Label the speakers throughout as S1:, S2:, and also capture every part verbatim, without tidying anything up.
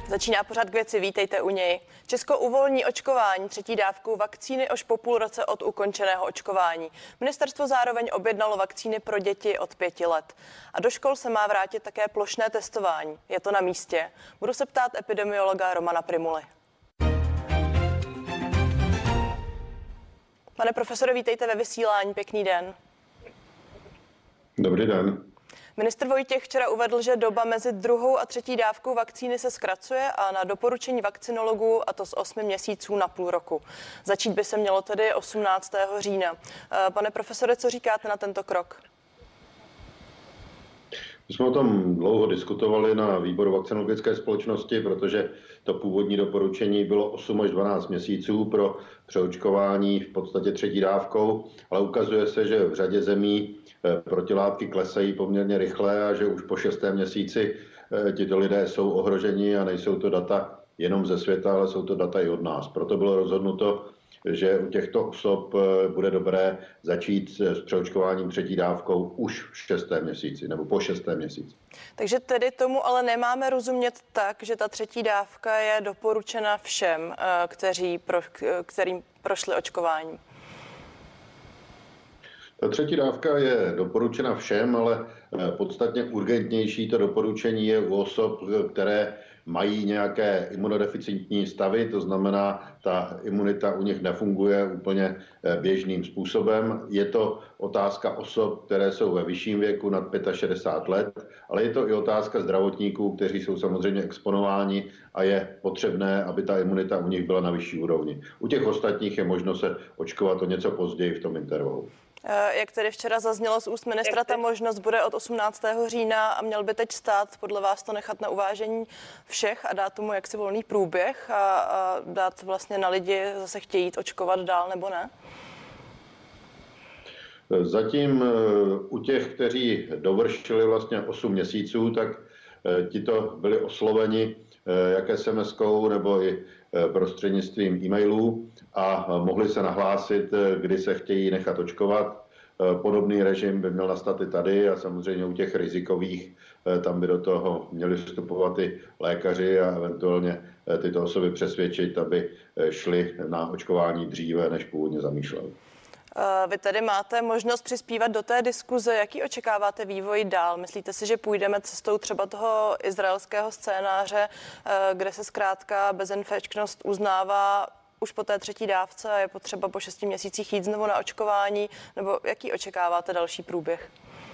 S1: Začíná pořad K věci, vítejte u něj. Česko uvolní očkování třetí dávkou vakcíny až po půl roce od ukončeného očkování. Ministerstvo zároveň objednalo vakcíny pro děti od pěti let. A do škol se má vrátit také plošné testování. Je to na místě? Budu se ptát epidemiologa Romana Prymuly. Pane profesore, vítejte ve vysílání. Pěkný den.
S2: Dobrý den.
S1: Ministr Vojtěch včera uvedl, že doba mezi druhou a třetí dávkou vakcíny se zkracuje a na doporučení vakcinologů, a to z osmi měsíců na půl roku. Začít by se mělo tedy osmnáctého října. Pane profesore, co říkáte na tento krok?
S2: My jsme o tom dlouho diskutovali na výboru vakcinologické společnosti, protože to původní doporučení bylo osm až dvanáct měsíců pro přeočkování v podstatě třetí dávkou, ale ukazuje se, že v řadě zemí protilátky klesají poměrně rychle a že už po šestém měsíci tito lidé jsou ohroženi a nejsou to data jenom ze světa, ale jsou to data i od nás. Proto bylo rozhodnuto, že u těchto osob bude dobré začít s přeočkováním třetí dávkou už v šestém měsíci nebo po šestém měsíci.
S1: Takže tedy tomu ale nemáme rozumět tak, že ta třetí dávka je doporučena všem, kteří pro, kterým prošli očkováním.
S2: Ta třetí dávka je doporučena všem, ale podstatně urgentnější to doporučení je u osob, které mají nějaké imunodeficitní stavy, to znamená, ta imunita u nich nefunguje úplně běžným způsobem. Je to otázka osob, které jsou ve vyšším věku nad šedesát pět let, ale je to i otázka zdravotníků, kteří jsou samozřejmě exponováni a je potřebné, aby ta imunita u nich byla na vyšší úrovni. U těch ostatních je možno se očkovat o něco později v tom intervalu.
S1: Jak tedy včera zaznělo z úst ministra, ta možnost bude od osmnáctého října a měl by teď stát podle vás to nechat na uvážení všech a dát tomu jaksi volný průběh a, a dát vlastně na lidi zase chtějí jít očkovat dál nebo ne?
S2: Zatím u těch, kteří dovršili vlastně osm měsíců, tak tito byli osloveni jak es em eskou nebo i prostřednictvím e-mailů a mohli se nahlásit, kdy se chtějí nechat očkovat. Podobný režim by měl nastat i tady a samozřejmě u těch rizikových, tam by do toho měli vstupovat i lékaři a eventuálně tyto osoby přesvědčit, aby šli na očkování dříve, než původně zamýšleli.
S1: Vy tady máte možnost přispívat do té diskuze. Jaký očekáváte vývoj dál? Myslíte si, že půjdeme cestou třeba toho izraelského scénáře, kde se zkrátka bezinfekčnost uznává už po té třetí dávce a je potřeba po šesti měsících jít znovu na očkování? Nebo jaký očekáváte další průběh?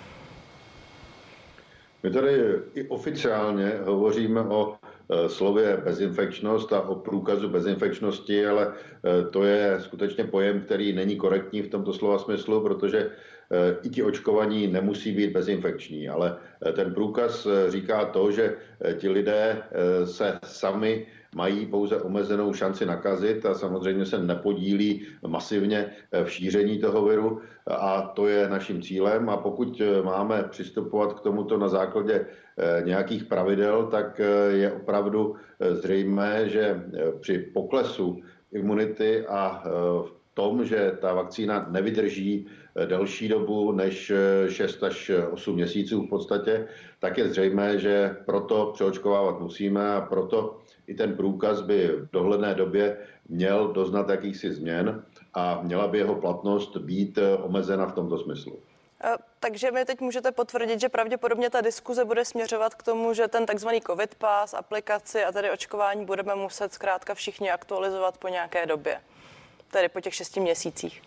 S2: My tady i oficiálně hovoříme o slově bezinfekčnost a o průkazu bezinfekčnosti, ale to je skutečně pojem, který není korektní v tomto slova smyslu, protože i ti očkovaní nemusí být bezinfekční, ale ten průkaz říká to, že ti lidé se sami mají pouze omezenou šanci nakazit a samozřejmě se nepodílí masivně v šíření toho viru a to je naším cílem. A pokud máme přistupovat k tomuto na základě nějakých pravidel, tak je opravdu zřejmé, že při poklesu imunity a v tom, že ta vakcína nevydrží delší dobu než šest až osm měsíců v podstatě, tak je zřejmé, že proto přeočkovávat musíme a proto i ten průkaz by v dohledné době měl doznat jakýchsi změn a měla by jeho platnost být omezena v tomto smyslu.
S1: Takže mi teď můžete potvrdit, že pravděpodobně ta diskuze bude směřovat k tomu, že ten takzvaný COVID Pass, aplikaci a tedy očkování budeme muset zkrátka všichni aktualizovat po nějaké době, tedy po těch šesti měsících.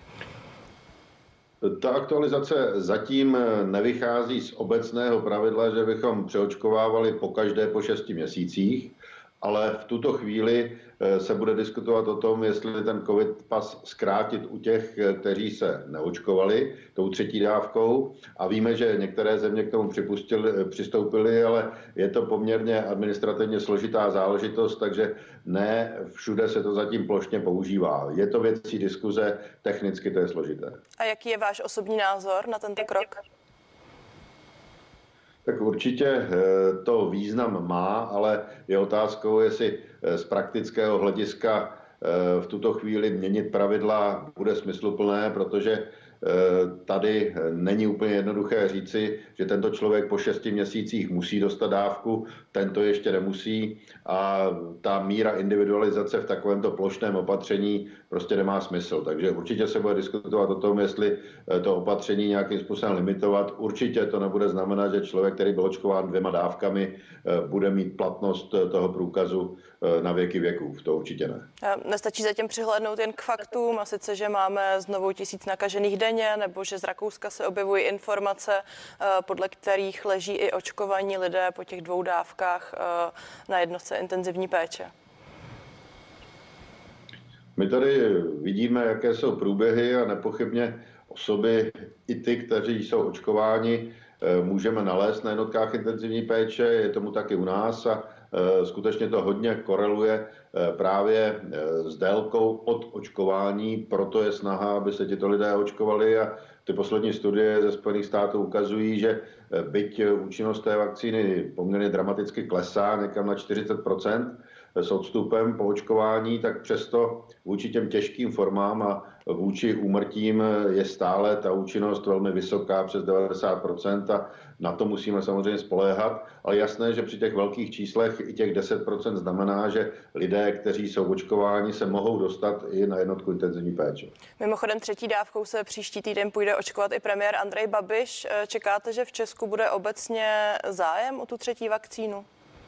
S2: Ta aktualizace zatím nevychází z obecného pravidla, že bychom přeočkovávali pokaždé po šesti měsících, ale v tuto chvíli se bude diskutovat o tom, jestli ten COVID pas zkrátit u těch, kteří se neočkovali tou třetí dávkou. A víme, že některé země k tomu přistoupily, ale je to poměrně administrativně složitá záležitost, takže ne všude se to zatím plošně používá. Je to věcí diskuze, technicky to je složité.
S1: A jaký je váš osobní názor na tento krok?
S2: Tak určitě to význam má, ale je otázkou, jestli z praktického hlediska v tuto chvíli měnit pravidla bude smysluplné, protože tady není úplně jednoduché říci, že tento člověk po šesti měsících musí dostat dávku, tento ještě nemusí a ta míra individualizace v takovémto plošném opatření prostě nemá smysl. Takže určitě se bude diskutovat o tom, jestli to opatření nějakým způsobem limitovat. Určitě to nebude znamenat, že člověk, který byl očkován dvěma dávkami, bude mít platnost toho průkazu na věky věků. To určitě ne.
S1: Nestačí zatím přihlédnout jen k faktům, a sice, že máme znovu tisíc nakažených denně, nebo že z Rakouska se objevují informace, podle kterých leží i očkovaní lidé po těch dvou dávkách na jednotce intenzivní péče.
S2: My tady vidíme, jaké jsou průběhy a nepochybně osoby, i ty, kteří jsou očkováni, můžeme nalézt na jednotkách intenzivní péče, je tomu taky u nás a skutečně to hodně koreluje právě s délkou od očkování, proto je snaha, aby se tyto lidé očkovali a ty poslední studie ze Spojených států ukazují, že byť účinnost té vakcíny poměrně dramaticky klesá někam na čtyřicet procent s odstupem po očkování, tak přesto vůči těm těžkým formám a vůči úmrtím je stále ta účinnost velmi vysoká, přes devadesát procent a na to musíme samozřejmě spoléhat, ale jasné, že při těch velkých číslech i těch deset procent znamená, že lidé, kteří jsou očkováni, se mohou dostat i na jednotku intenzivní péče.
S1: Mimochodem třetí dávkou se příští týden půjde očkovat i premiér Andrej Babiš. Čekáte, že v Česku bude obecně zájem o tu třetí vakcínu?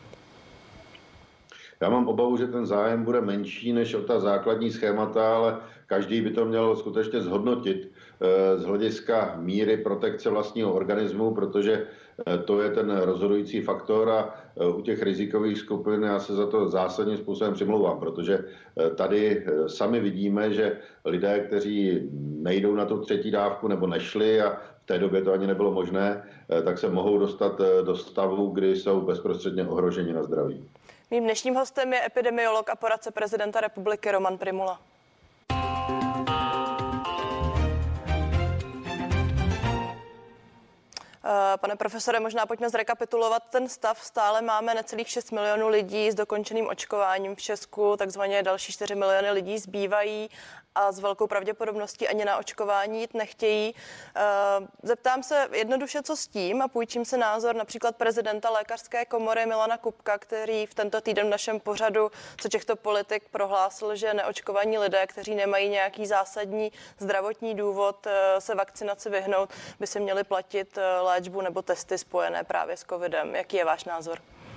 S2: Já mám obavu, že ten zájem bude menší než o ta základní schémata, ale každý by to měl skutečně zhodnotit z hlediska míry protekce vlastního organismu, protože to je ten rozhodující faktor a u těch rizikových skupin já se za to zásadním způsobem přimlouvám, protože tady sami vidíme, že lidé, kteří nejdou na tu třetí dávku nebo nešli a v té době to ani nebylo možné, tak se mohou dostat do stavu, kdy jsou bezprostředně ohroženi na zdraví.
S1: Mým dnešním hostem je epidemiolog a poradce prezidenta republiky Roman Prymula. Pane profesore, možná pojďme zrekapitulovat ten stav. Stále máme necelých šest milionů lidí s dokončeným očkováním v Česku, takzvaně další čtyři miliony lidí zbývají a s velkou pravděpodobností ani na očkování jít nechtějí. Zeptám se jednoduše, co s tím a půjčím se názor například prezidenta Lékařské komory Milana Kupka, který v tento týden v našem pořadu Co těchto politik prohlásil, že neočkovaní lidé, kteří nemají nějaký zásadní zdravotní důvod se vakcinaci vyhnout, by se měli platit léčbu nebo testy spojené právě s covidem. Jaký je váš názor?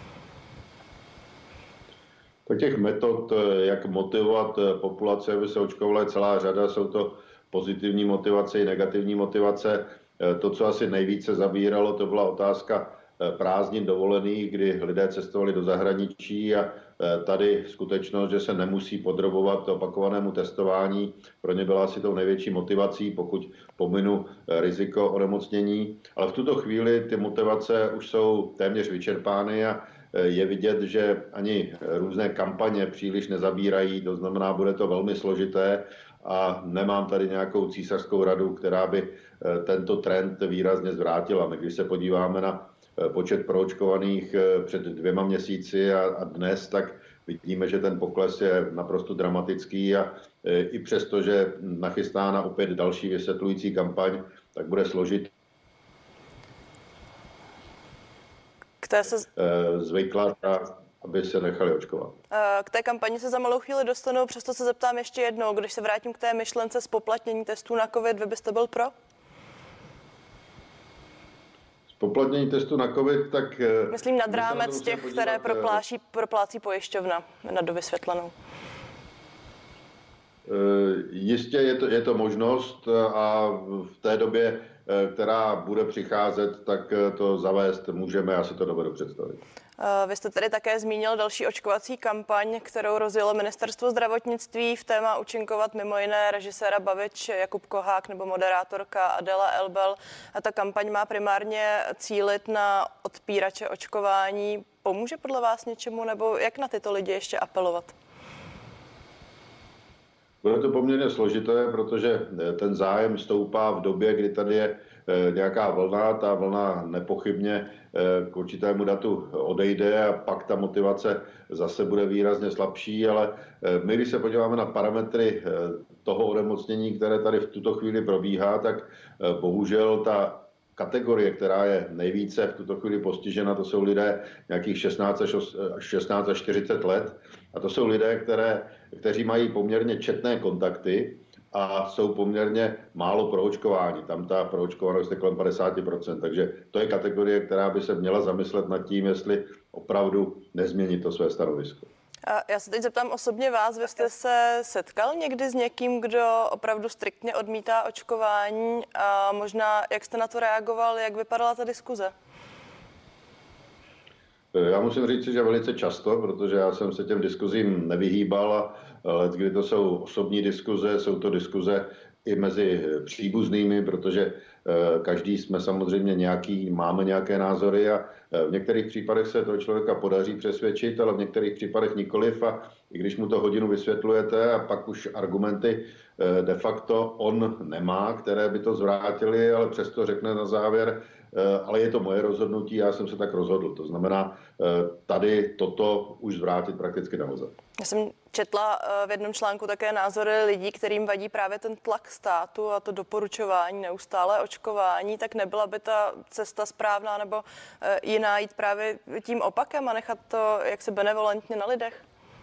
S2: Tak těch metod, jak motivovat populaci, aby se očkovala, je celá řada. Jsou to pozitivní motivace i negativní motivace. To, co asi nejvíce zabíralo, to byla otázka prázdnin dovolených, kdy lidé cestovali do zahraničí a tady skutečnost, že se nemusí podrobovat opakovanému testování, pro ně byla asi tou největší motivací, pokud pominu riziko onemocnění. Ale v tuto chvíli ty motivace už jsou téměř vyčerpány a je vidět, že ani různé kampaně příliš nezabírají, to znamená, bude to velmi složité a nemám tady nějakou císařskou radu, která by tento trend výrazně zvrátila. My když se podíváme na počet proočkovaných před dvěma měsíci a, a dnes, tak vidíme, že ten pokles je naprosto dramatický a i přesto, že nachystána opět další vysvětlující kampaň, tak bude složit
S1: se
S2: zvykla, aby se nechali očkovat.
S1: K té kampani se za malou chvíli dostanu, přesto se zeptám ještě jednou, když se vrátím k té myšlence zpoplatnění testů na COVID, vy byste byl pro?
S2: Zpoplatnění testů na COVID, tak...
S1: Myslím nad rámec těch, podívat, které propláší, proplácí pojišťovna, na dovysvětlenou.
S2: Jistě je to, je to možnost a v té době, která bude přicházet, tak to zavést můžeme, já si to dovedu představit.
S1: Vy jste tady také zmínil další očkovací kampaň, kterou rozjelo Ministerstvo zdravotnictví. V téma účinkovat mimo jiné režiséra Bavič Jakub Kohák nebo moderátorka Adela Elbel. A ta kampaň má primárně cílit na odpírače očkování. Pomůže podle vás něčemu nebo jak na tyto lidi ještě apelovat?
S2: Bude to poměrně složité, protože ten zájem stoupá v době, kdy tady je nějaká vlna, ta vlna nepochybně k určitému datu odejde a pak ta motivace zase bude výrazně slabší, ale my, když se podíváme na parametry toho onemocnění, které tady v tuto chvíli probíhá, tak bohužel ta kategorie, která je nejvíce v tuto chvíli postižena, to jsou lidé nějakých šestnáct až čtyřicet let. A to jsou lidé, které, kteří mají poměrně četné kontakty a jsou poměrně málo proočkováni. Tam ta proočkovanost je kolem padesát procent. Takže to je kategorie, která by se měla zamyslet nad tím, jestli opravdu nezměnit to své stanovisko.
S1: A já se teď zeptám osobně vás, vy jste se setkal někdy s někým, kdo opravdu striktně odmítá očkování a možná jak jste na to reagoval, jak vypadala ta diskuze?
S2: Já musím říct, že velice často, protože já jsem se těm diskuzím nevyhýbal a let, kdy to jsou osobní diskuze, jsou to diskuze i mezi příbuznými, protože každý jsme samozřejmě nějaký, máme nějaké názory a v některých případech se toho člověka podaří přesvědčit, ale v některých případech nikoliv a i když mu to hodinu vysvětlujete a pak už argumenty de facto on nemá, které by to zvrátily, ale přesto řekne na závěr, ale je to moje rozhodnutí, já jsem se tak rozhodl. To znamená, tady toto už zvrátit prakticky nelze.
S1: Já jsem četla v jednom článku také názory lidí, kterým vadí právě ten tlak státu a to doporučování neustále očkování, tak nebyla by ta cesta správná nebo jiná jít právě tím opakem a nechat to jaksi benevolentně na lidech?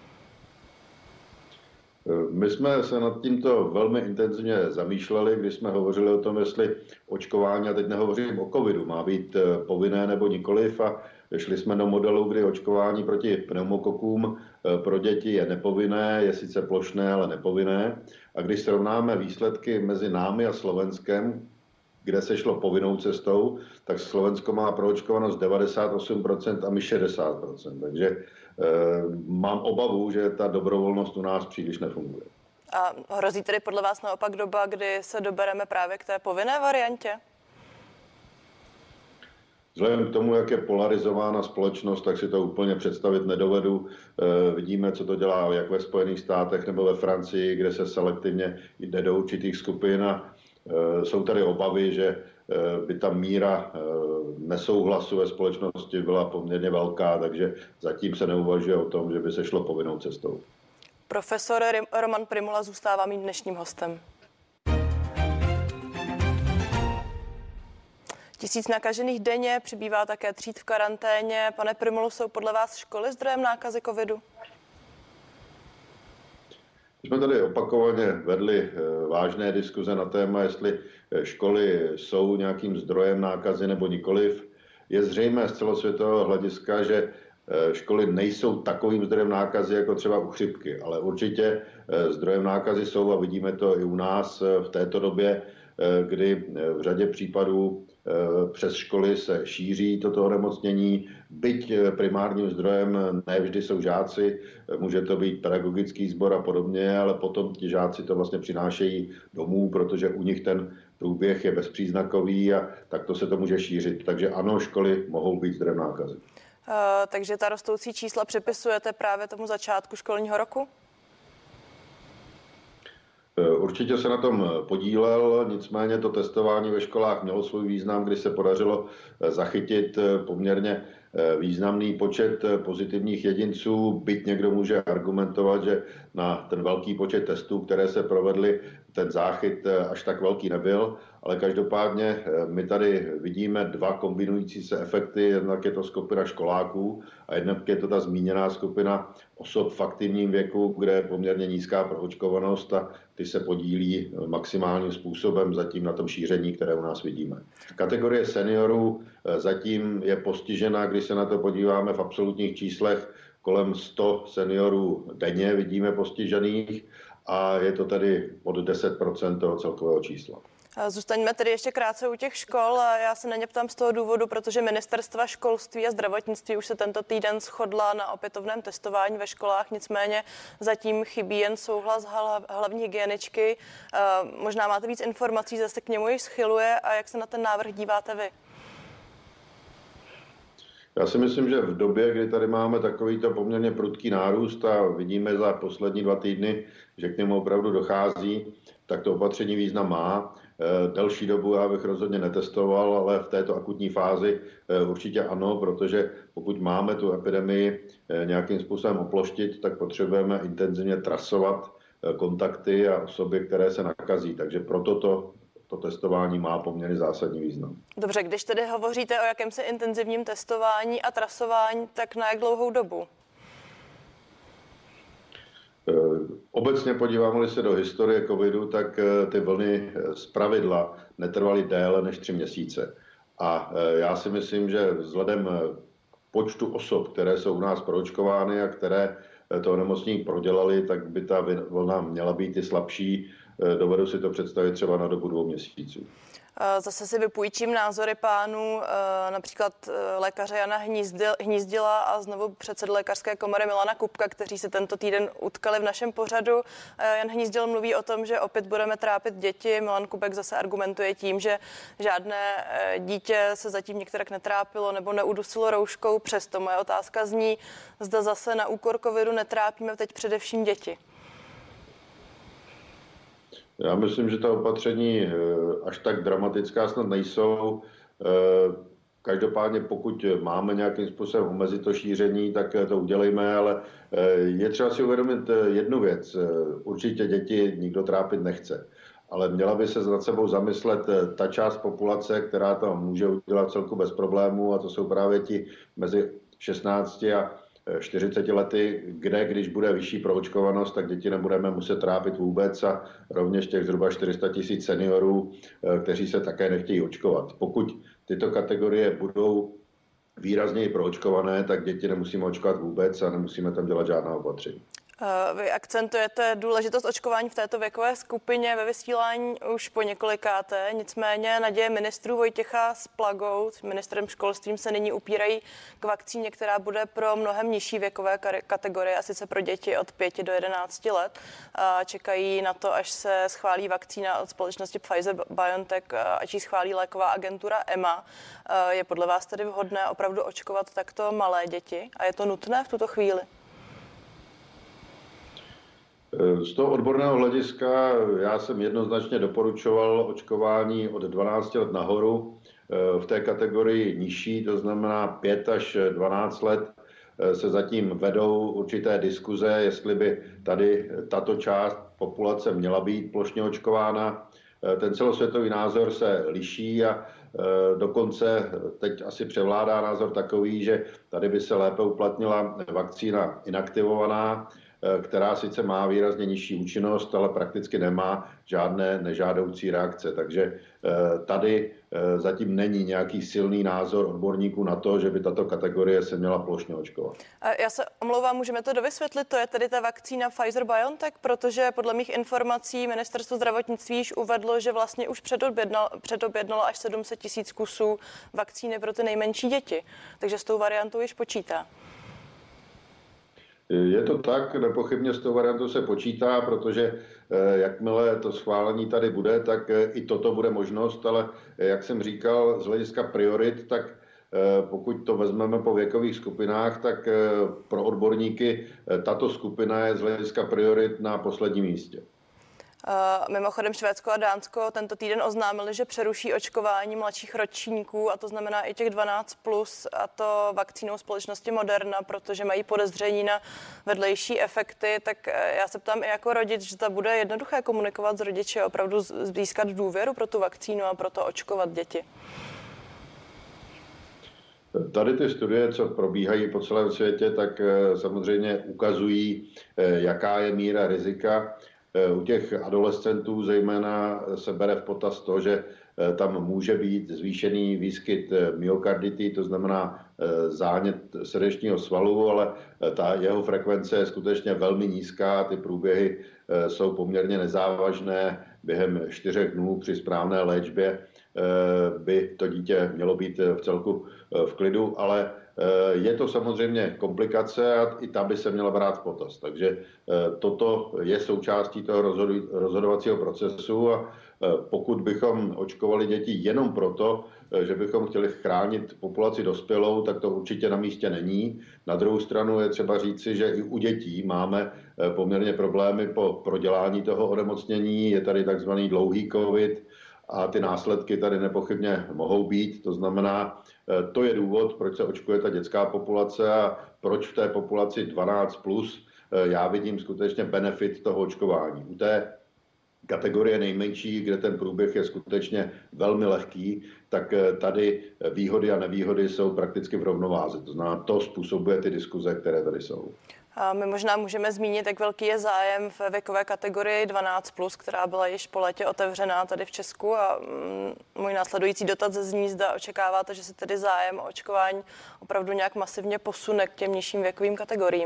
S2: My jsme se nad tímto velmi intenzivně zamýšleli, když jsme hovořili o tom, jestli očkování, a teď nehovořím o covidu, má být povinné nebo nikoliv a šli jsme do modelu, kdy očkování proti pneumokokům pro děti je nepovinné, je sice plošné, ale nepovinné. A když srovnáme výsledky mezi námi a Slovenskem, kde se šlo povinnou cestou, tak Slovensko má proočkovanost devadesát osm procent a my šedesát procent. Takže e, mám obavu, že ta dobrovolnost u nás příliš nefunguje.
S1: A hrozí tedy podle vás naopak doba, kdy se dobereme právě k té povinné variantě?
S2: Vzhledem k tomu, jak je polarizována společnost, tak si to úplně představit nedovedu. E, vidíme, co to dělá jak ve Spojených státech nebo ve Francii, kde se selektivně jde do určitých skupin a e, jsou tady obavy, že e, by ta míra e, nesouhlasu ve společnosti byla poměrně velká, takže zatím se neuvažuje o tom, že by se šlo povinnou cestou.
S1: Profesor Roman Prymula zůstává mým dnešním hostem. Tisíc nakažených denně, přibývá také tříd v karanténě. Pane Prymulo, jsou podle vás školy zdrojem nákazy covidu?
S2: My jsme tady opakovaně vedli vážné diskuze na téma, jestli školy jsou nějakým zdrojem nákazy nebo nikoliv. Je zřejmé z celosvětového hlediska, že školy nejsou takovým zdrojem nákazy jako třeba u chřipky, ale určitě zdrojem nákazy jsou a vidíme to i u nás v této době, kdy v řadě případů přes školy se šíří toto onemocnění, byť primárním zdrojem nevždy jsou žáci, může to být pedagogický sbor a podobně, ale potom ti žáci to vlastně přinášejí domů, protože u nich ten průběh je bezpříznakový a takto se to může šířit. Takže ano, školy mohou být zdrojem nákazy. Uh,
S1: takže ta rostoucí čísla připisujete právě tomu začátku školního roku?
S2: Určitě se na tom podílel, nicméně to testování ve školách mělo svůj význam, kdy se podařilo zachytit poměrně významný počet pozitivních jedinců, byť někdo může argumentovat, že na ten velký počet testů, které se provedly, ten záchyt až tak velký nebyl, ale každopádně my tady vidíme dva kombinující se efekty, jednak je to skupina školáků a jednak je to ta zmíněná skupina osob v aktivním věku, kde je poměrně nízká proočkovanost a ty se podílí maximálním způsobem zatím na tom šíření, které u nás vidíme. Kategorie seniorů zatím je postižena, když se na to podíváme v absolutních číslech, kolem sto seniorů denně vidíme postižených a je to tedy pod deset procent toho celkového čísla.
S1: Zůstaňme tedy ještě krátce u těch škol. Já se na ně ptám z toho důvodu, protože ministerstva školství a zdravotnictví už se tento týden shodla na opětovném testování ve školách, nicméně zatím chybí jen souhlas hlavní hygieničky. Možná máte víc informací, zase se k němu již schyluje a jak se na ten návrh díváte vy?
S2: Já si myslím, že v době, kdy tady máme takovýto poměrně prudký nárůst a vidíme za poslední dva týdny, že k němu opravdu dochází, tak to opatření význam má. Delší dobu já bych rozhodně netestoval, ale v této akutní fázi určitě ano, protože pokud máme tu epidemii nějakým způsobem oploštit, tak potřebujeme intenzivně trasovat kontakty a osoby, které se nakazí. Takže proto to To testování má poměrně zásadní význam.
S1: Dobře, když tedy hovoříte o jakémsi intenzivním testování a trasování, tak na jak dlouhou dobu?
S2: Obecně podíváme-li se do historie covidu, tak ty vlny zpravidla netrvaly déle než tři měsíce. A já si myslím, že vzhledem k počtu osob, které jsou u nás proočkovány a které to onemocnění prodělali, tak by ta vlna měla být i slabší. Dovedu si to představit třeba na dobu dvou měsíců.
S1: Zase si vypůjčím názory pánů, například lékaře Jana Hnízdila a znovu předsedy lékařské komory Milana Kupka, kteří se tento týden utkali v našem pořadu. Jan Hnízdil mluví o tom, že opět budeme trápit děti. Milan Kupek zase argumentuje tím, že žádné dítě se zatím některak netrápilo nebo neudusilo rouškou. Přesto moje otázka zní, zda zase na úkor covidu netrápíme teď především děti.
S2: Já myslím, že ta opatření až tak dramatická snad nejsou. Každopádně pokud máme nějakým způsobem omezit to šíření, tak to udělejme, ale je třeba si uvědomit jednu věc. Určitě děti nikdo trápit nechce, ale měla by se nad sebou zamyslet ta část populace, která to může udělat celku bez problémů, a to jsou právě ti mezi šestnácti a čtyřiceti lety, kde, když bude vyšší proočkovanost, tak děti nebudeme muset trápit vůbec, a rovněž těch zhruba čtyři sta tisíc seniorů, kteří se také nechtějí očkovat. Pokud tyto kategorie budou výrazněji proočkované, tak děti nemusíme očkovat vůbec a nemusíme tam dělat žádná opatření.
S1: Vy akcentujete důležitost očkování v této věkové skupině ve vysílání už po několikáté, nicméně naděje ministrů Vojtěcha s Plagou, ministrem školstvím, se nyní upírají k vakcíně, která bude pro mnohem nižší věkové kategorie, a sice pro děti od pěti do jedenácti let. Čekají na to, až se schválí vakcína od společnosti Pfizer-BioNTech, až ji schválí léková agentura E M A. Je podle vás tedy vhodné opravdu očkovat takto malé děti a je to nutné v tuto chvíli?
S2: Z toho odborného hlediska já jsem jednoznačně doporučoval očkování od dvanácti let nahoru v té kategorii nižší, to znamená pět až dvanáct let. Se zatím vedou určité diskuze, jestli by tady tato část populace měla být plošně očkována. Ten celosvětový názor se liší a dokonce teď asi převládá názor takový, že tady by se lépe uplatnila vakcína inaktivovaná, která sice má výrazně nižší účinnost, ale prakticky nemá žádné nežádoucí reakce. Takže tady zatím není nějaký silný názor odborníků na to, že by tato kategorie se měla plošně očkovat.
S1: Já se omlouvám, můžeme to dovysvětlit, to je tedy ta vakcína Pfizer-BioNTech, protože podle mých informací ministerstvo zdravotnictví již uvedlo, že vlastně už předobjednalo, předobjednalo až sedm set tisíc kusů vakcíny pro ty nejmenší děti. Takže s tou variantou již počítá.
S2: Je to tak, nepochybně s tou variantou se počítá, protože jakmile to schválení tady bude, tak i toto bude možnost, ale jak jsem říkal, z hlediska priorit, tak pokud to vezmeme po věkových skupinách, tak pro odborníky tato skupina je z hlediska priorit na posledním místě.
S1: Uh, mimochodem Švédsko a Dánsko tento týden oznámili, že přeruší očkování mladších ročníků, a to znamená i těch dvanáct plus, a to vakcínou společnosti Moderna, protože mají podezření na vedlejší efekty. Tak já se ptám i jako rodič, že to bude jednoduché komunikovat s rodiči a opravdu získat důvěru pro tu vakcínu a pro to očkovat děti.
S2: Tady ty studie, co probíhají po celém světě, tak samozřejmě ukazují, jaká je míra rizika. U těch adolescentů zejména se bere v potaz to, že tam může být zvýšený výskyt myokardity, to znamená zánět srdečního svalu, ale ta jeho frekvence je skutečně velmi nízká, ty průběhy jsou poměrně nezávažné. Během čtyřech dnů při správné léčbě by to dítě mělo být v celku v klidu, ale Je to samozřejmě komplikace a i ta by se měla brát v potaz. Takže toto je součástí toho rozhodovacího procesu a pokud bychom očkovali děti jenom proto, že bychom chtěli chránit populaci dospělou, tak to určitě na místě není. Na druhou stranu je třeba říci, že i u dětí máme poměrně problémy po prodělání toho onemocnění. Je tady takzvaný dlouhý covid a ty následky tady nepochybně mohou být. To znamená, to je důvod, proč se očkuje ta dětská populace a proč v té populaci dvanáct plus já vidím skutečně benefit toho očkování. U té kategorie nejmenší, kde ten průběh je skutečně velmi lehký, tak tady výhody a nevýhody jsou prakticky v rovnováze. To znamená, to způsobuje ty diskuze, které tady jsou.
S1: A my možná můžeme zmínit, jak velký je zájem v věkové kategorii dvanáct plus, která byla již po létě otevřená tady v Česku. A můj následující dotaz zní, zda očekáváte, že se tedy zájem o očkování opravdu nějak masivně posune k těm nižším věkovým kategoriím.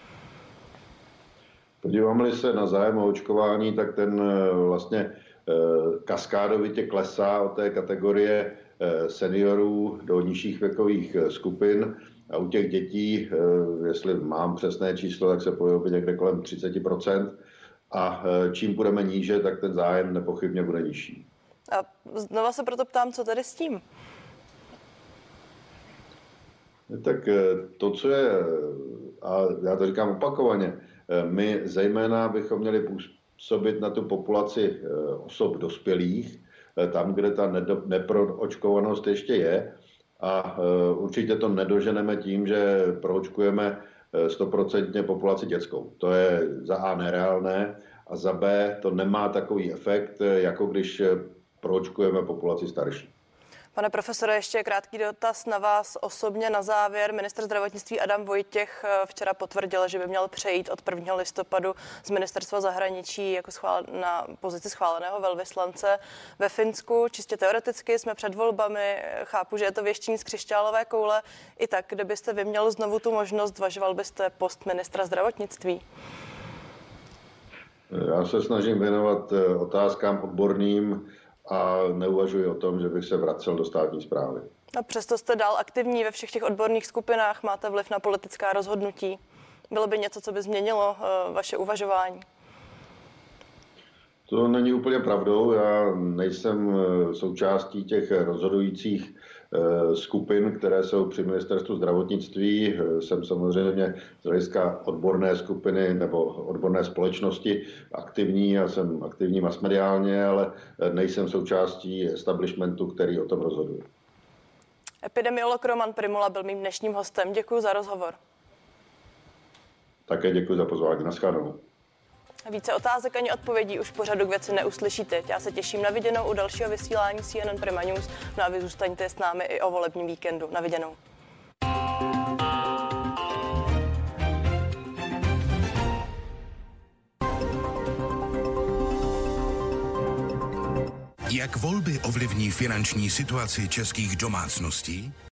S2: Podíváme-li se na zájem o očkování, tak ten vlastně kaskádovitě klesá od té kategorie seniorů do nižších věkových skupin. A u těch dětí, jestli mám přesné číslo, tak se pohybuje někde kolem třicet procent. A čím budeme níže, tak ten zájem nepochybně bude nižší.
S1: A znova se proto ptám, co tedy s tím?
S2: Tak to, co je, a já to říkám opakovaně, my zejména bychom měli působit na tu populaci osob dospělých, tam, kde ta neproočkovanost ještě je. A určitě to nedoženeme tím, že proočkujeme stoprocentně populaci dětskou. To je za A nereálné a za B to nemá takový efekt, jako když proočkujeme populaci starší.
S1: Pane profesore, ještě krátký dotaz na vás osobně na závěr. Ministr zdravotnictví Adam Vojtěch včera potvrdil, že by měl přejít od prvního listopadu z ministerstva zahraničí jako schvál, na pozici schváleného velvyslance ve Finsku. Čistě teoreticky jsme před volbami, chápu, že je to věštění z křišťálové koule. I tak, kdybyste vy měl znovu tu možnost, zvažoval byste post ministra zdravotnictví?
S2: Já se snažím věnovat otázkám odborným a neuvažuji o tom, že bych se vracel do státní správy.
S1: A přesto jste dál aktivní ve všech těch odborných skupinách, máte vliv na politická rozhodnutí. Bylo by něco, co by změnilo uh, vaše uvažování?
S2: To není úplně pravdou. Já nejsem součástí těch rozhodujících skupin, které jsou při ministerstvu zdravotnictví. Jsem samozřejmě z hlediska odborné skupiny nebo odborné společnosti aktivní. Já jsem aktivní masmediálně, ale nejsem součástí establishmentu, který o tom rozhoduje.
S1: Epidemiolog Roman Prymula byl mým dnešním hostem. Děkuji za rozhovor. Také
S2: děkuji za pozvání. Naschledanou.
S1: Více otázek ani odpovědí už pořadu k věci neuslyšíte. Já se těším na viděnou u dalšího vysílání C N N Prima News. No a vy zůstaňte s námi i o volebním víkendu. Na viděnou.
S3: Jak volby ovlivní finanční situaci českých domácností?